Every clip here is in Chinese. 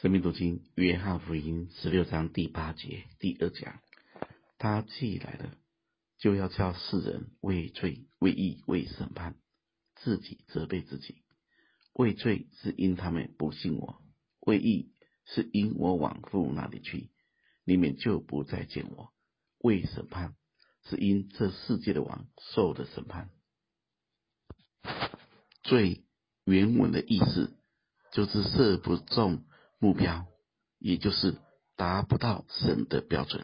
生命读经约翰福音16章第8节第2讲，他既来了，就要叫世人为罪、为义、为审判，自己责备自己。为罪是因他们不信我，为义是因我往父那里去，你们就不再见我。为审判是因这世界的王受的审判。罪原文的意思就是射不中目标，也就是达不到神的标准。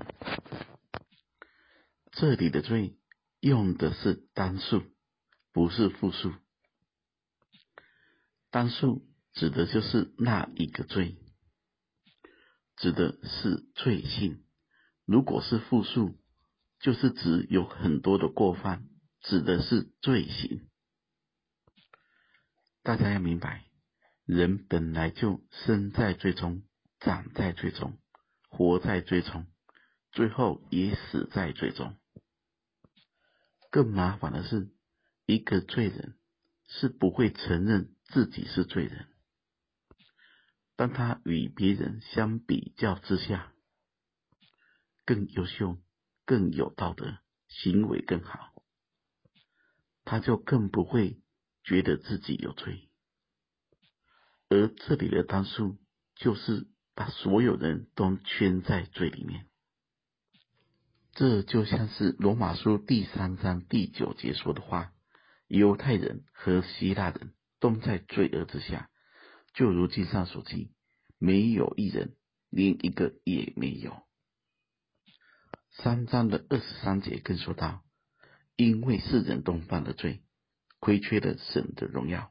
这里的罪用的是单数，不是复数。单数指的就是那一个罪，指的是罪性。如果是复数，就是指有很多的过犯，指的是罪行。大家要明白，人本来就生在罪中，长在罪中，活在罪中，最后也死在罪中。更麻烦的是，一个罪人是不会承认自己是罪人，当他与别人相比较之下，更优秀、更有道德，行为更好，他就更不会觉得自己有罪。而这里的单数就是把所有人都圈在罪里面。这就像是罗马书第3章第9节说的话，犹太人和希腊人都在罪恶之下，就如经上所记，没有一人，连一个也没有。3章的23节更说到，因为世人都犯了罪，亏缺了神的荣耀。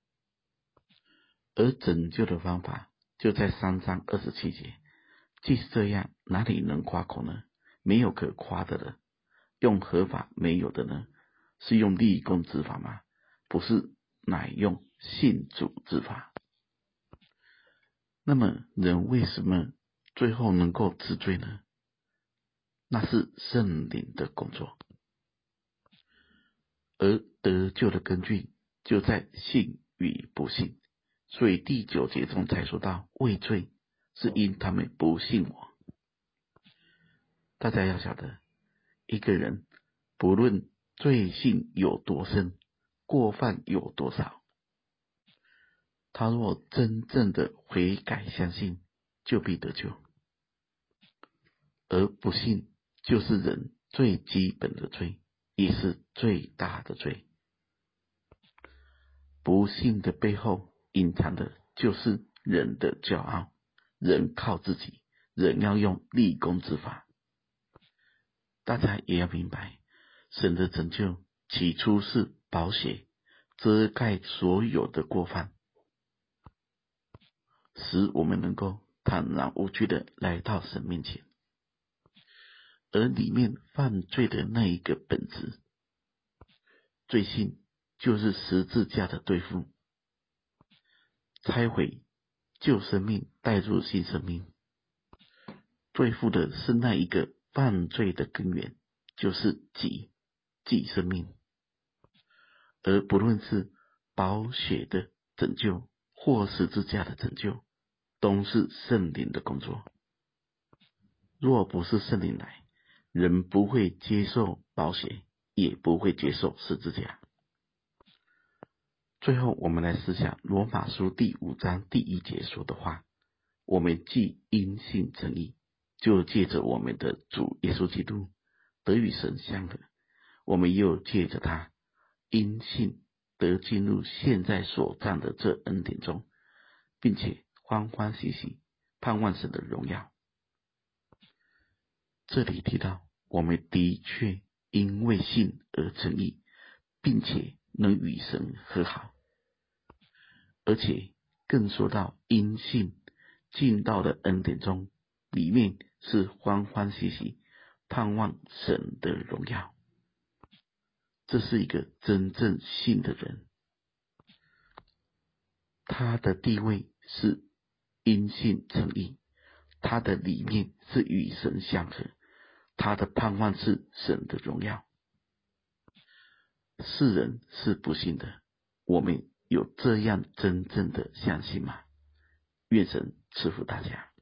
而拯救的方法就在3章27节，既是这样，哪里能夸口呢？没有可夸的了。用合法没有的呢？是用立功之法吗？不是，乃用信主之法。那么人为什么最后能够治罪呢？那是圣灵的工作。而得救的根据就在信与不信，所以第9节中才说到，为罪是因他们不信我。大家要晓得，一个人不论罪性有多深，过犯有多少，他若真正的悔改相信，就必得救。而不信就是人最基本的罪，也是最大的罪。不信的背后隐藏的就是人的骄傲，人靠自己，人要用立功之法。大家也要明白，神的拯救起初是宝血遮盖所有的过犯，使我们能够坦然无惧的来到神面前。而里面犯罪的那一个本质，罪性就是十字架的对付，拆毁旧生命带入新生命，对付的是那一个犯罪的根源，就是己生命。而不论是宝血的拯救或十字架的拯救，都是圣灵的工作。若不是圣灵来，人不会接受宝血，也不会接受十字架。最后我们来思想罗马书第5章第1节说的话，我们既因信称义，就借着我们的主耶稣基督得与神相合，我们又借着他因信得进入现在所占的这恩典中，并且欢欢喜喜盼望神的荣耀。这里提到我们的确因为信而称义，并且能与神和好，而且更说到因信进到了恩典中，里面是欢欢喜喜盼望神的荣耀。这是一个真正信的人，他的地位是因信称义，他的里面是与神相合，他的盼望是神的荣耀。世人是不信的，我们有这样真正的相信吗？ 愿神赐福大家。